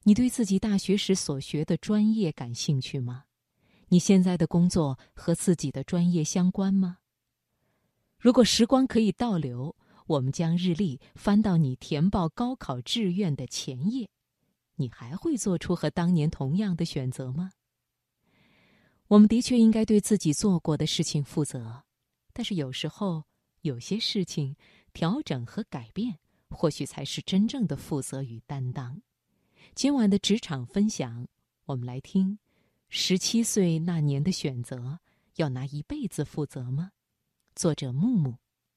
你对自己大学时所学的专业感兴趣吗？你现在的工作和自己的专业相关吗？如果时光可以倒流，我们将日历翻到你填报高考志愿的前夜，你还会做出和当年同样的选择吗？我们的确应该对自己做过的事情负责，但是有时候，有些事情调整和改变，或许才是真正的负责与担当。今晚的职场分享，我们来听17岁那年的选择，要拿一辈子负责吗？作者木木。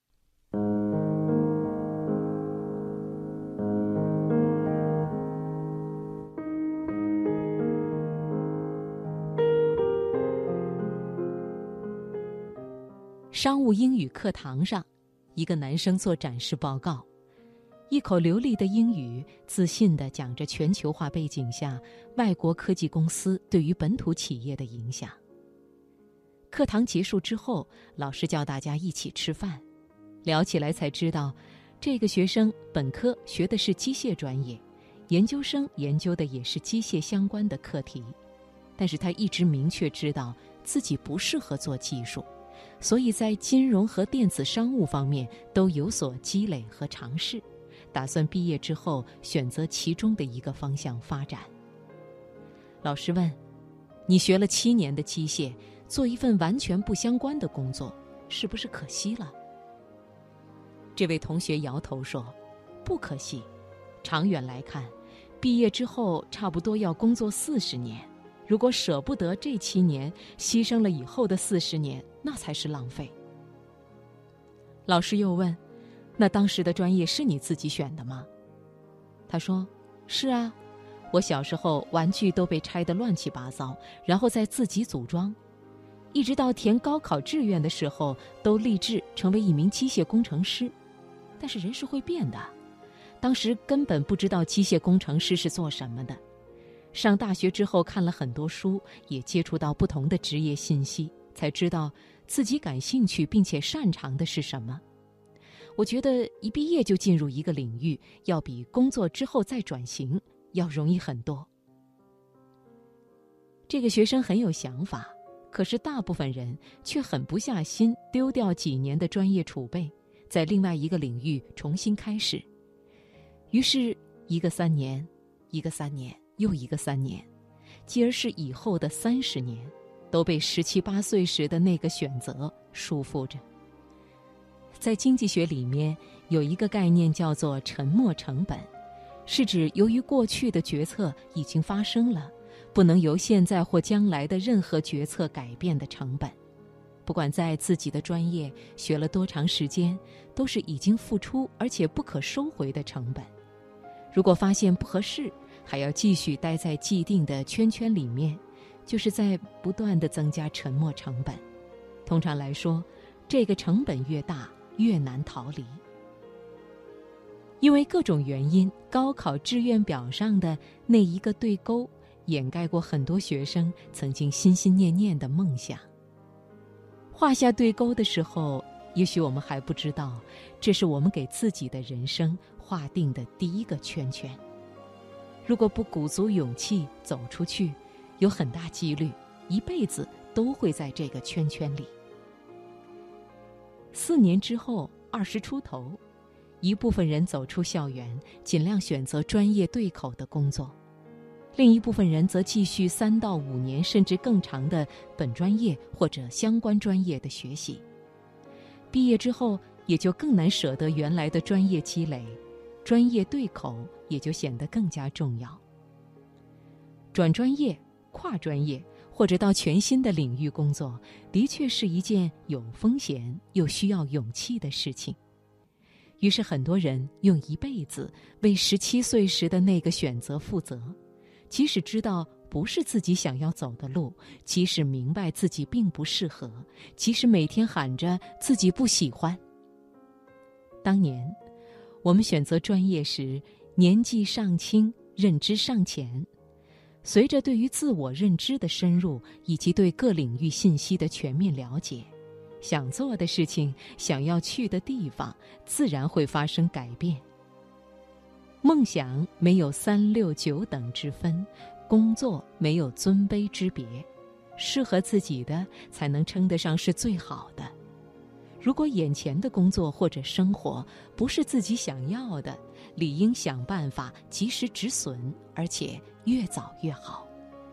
商务英语课堂上，一个男生做展示报告，一口流利的英语，自信地讲着全球化背景下外国科技公司对于本土企业的影响。课堂结束之后，老师叫大家一起吃饭，聊起来才知道，这个学生本科学的是机械专业，研究生研究的也是机械相关的课题，但是他一直明确知道自己不适合做技术，所以在金融和电子商务方面都有所积累和尝试，打算毕业之后选择其中的一个方向发展。老师问：你学了7年的机械，做一份完全不相关的工作，是不是可惜了？这位同学摇头说：不可惜，长远来看，毕业之后差不多要工作40年，如果舍不得这7年，牺牲了以后的40年，那才是浪费。老师又问：那当时的专业是你自己选的吗？他说：是啊，我小时候玩具都被拆得乱七八糟，然后再自己组装，一直到填高考志愿的时候，都立志成为一名机械工程师。但是人是会变的，当时根本不知道机械工程师是做什么的。上大学之后看了很多书，也接触到不同的职业信息，才知道自己感兴趣并且擅长的是什么。我觉得一毕业就进入一个领域，要比工作之后再转型要容易很多。这个学生很有想法，可是大部分人却狠不下心丢掉几年的专业储备，在另外一个领域重新开始。于是一个3年，一个3年，又一个3年，继而是以后的30年，都被17、18岁时的那个选择束缚着。在经济学里面有一个概念叫做沉没成本，是指由于过去的决策已经发生了，不能由现在或将来的任何决策改变的成本。不管在自己的专业学了多长时间，都是已经付出而且不可收回的成本。如果发现不合适，还要继续待在既定的圈圈里面，就是在不断地增加沉没成本。通常来说，这个成本越大，越难逃离。因为各种原因，高考志愿表上的那一个对勾，掩盖过很多学生曾经心心念念的梦想。画下对勾的时候，也许我们还不知道，这是我们给自己的人生划定的第一个圈圈。如果不鼓足勇气走出去，有很大几率一辈子都会在这个圈圈里。4年之后，20出头，一部分人走出校园，尽量选择专业对口的工作，另一部分人则继续3到5年甚至更长的本专业或者相关专业的学习。毕业之后，也就更难舍得原来的专业积累，专业对口也就显得更加重要。转专业、跨专业或者到全新的领域工作，的确是一件有风险又需要勇气的事情。于是很多人用一辈子为17岁时的那个选择负责，即使知道不是自己想要走的路，即使明白自己并不适合，即使每天喊着自己不喜欢。当年我们选择专业时，年纪尚轻，认知尚浅。随着对于自我认知的深入，以及对各领域信息的全面了解，想做的事情，想要去的地方，自然会发生改变。 梦想没有3、6、9等之分，工作没有尊卑之别，适合自己的才能称得上是最好的。如果眼前的工作或者生活不是自己想要的，理应想办法及时止损，而且越早越好。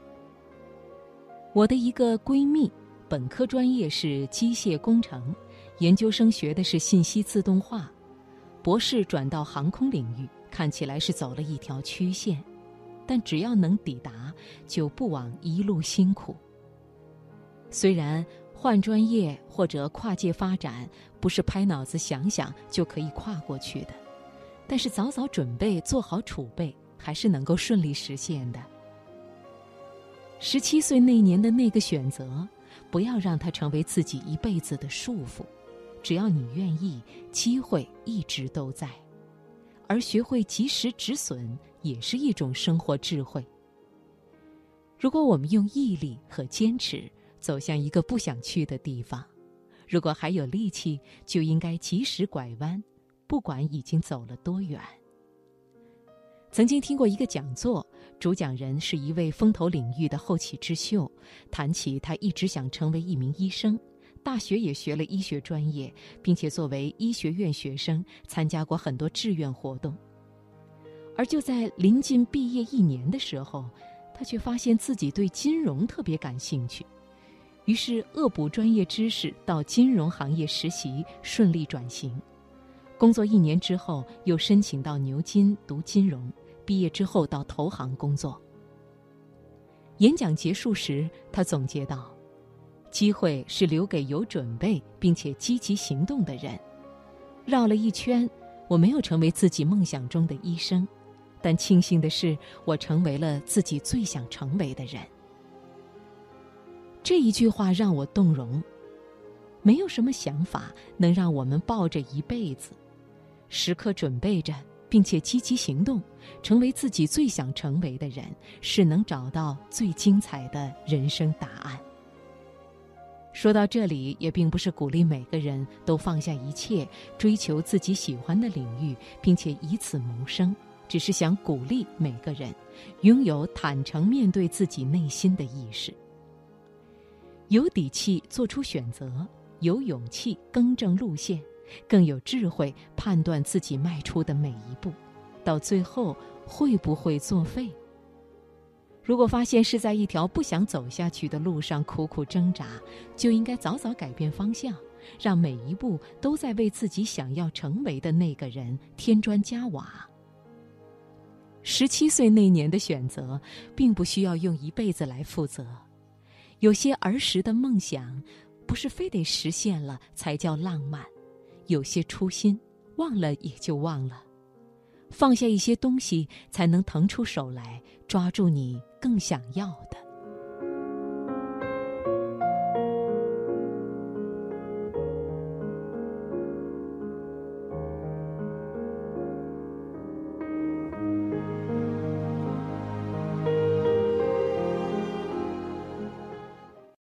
我的一个闺蜜，本科专业是机械工程，研究生学的是信息自动化，博士转到航空领域，看起来是走了一条曲线，但只要能抵达，就不枉一路辛苦。虽然换专业或者跨界发展不是拍脑子想想就可以跨过去的，但是早早准备，做好储备，还是能够顺利实现的。17岁那年的那个选择，不要让它成为自己一辈子的束缚。只要你愿意，机会一直都在。而学会及时止损，也是一种生活智慧。如果我们用毅力和坚持走向一个不想去的地方，如果还有力气，就应该及时拐弯，不管已经走了多远。曾经听过一个讲座，主讲人是一位风投领域的后起之秀，谈起他一直想成为一名医生，大学也学了医学专业，并且作为医学院学生参加过很多志愿活动。而就在临近毕业1年的时候，他却发现自己对金融特别感兴趣，于是恶补专业知识，到金融行业实习，顺利转型。工作1年之后，又申请到牛津读金融，毕业之后到投行工作。演讲结束时，他总结道：机会是留给有准备并且积极行动的人。绕了一圈，我没有成为自己梦想中的医生，但庆幸的是，我成为了自己最想成为的人。这一句话让我动容。没有什么想法能让我们抱着一辈子，时刻准备着并且积极行动，成为自己最想成为的人，是能找到最精彩的人生答案。说到这里，也并不是鼓励每个人都放下一切，追求自己喜欢的领域，并且以此谋生，只是想鼓励每个人拥有坦诚面对自己内心的意识，有底气做出选择，有勇气更正路线，更有智慧判断自己迈出的每一步，到最后会不会作废。如果发现是在一条不想走下去的路上苦苦挣扎，就应该早早改变方向，让每一步都在为自己想要成为的那个人添砖加瓦。17岁那年的选择，并不需要用一辈子来负责。有些儿时的梦想，不是非得实现了才叫浪漫，有些初心，忘了也就忘了。放下一些东西，才能腾出手来，抓住你更想要的。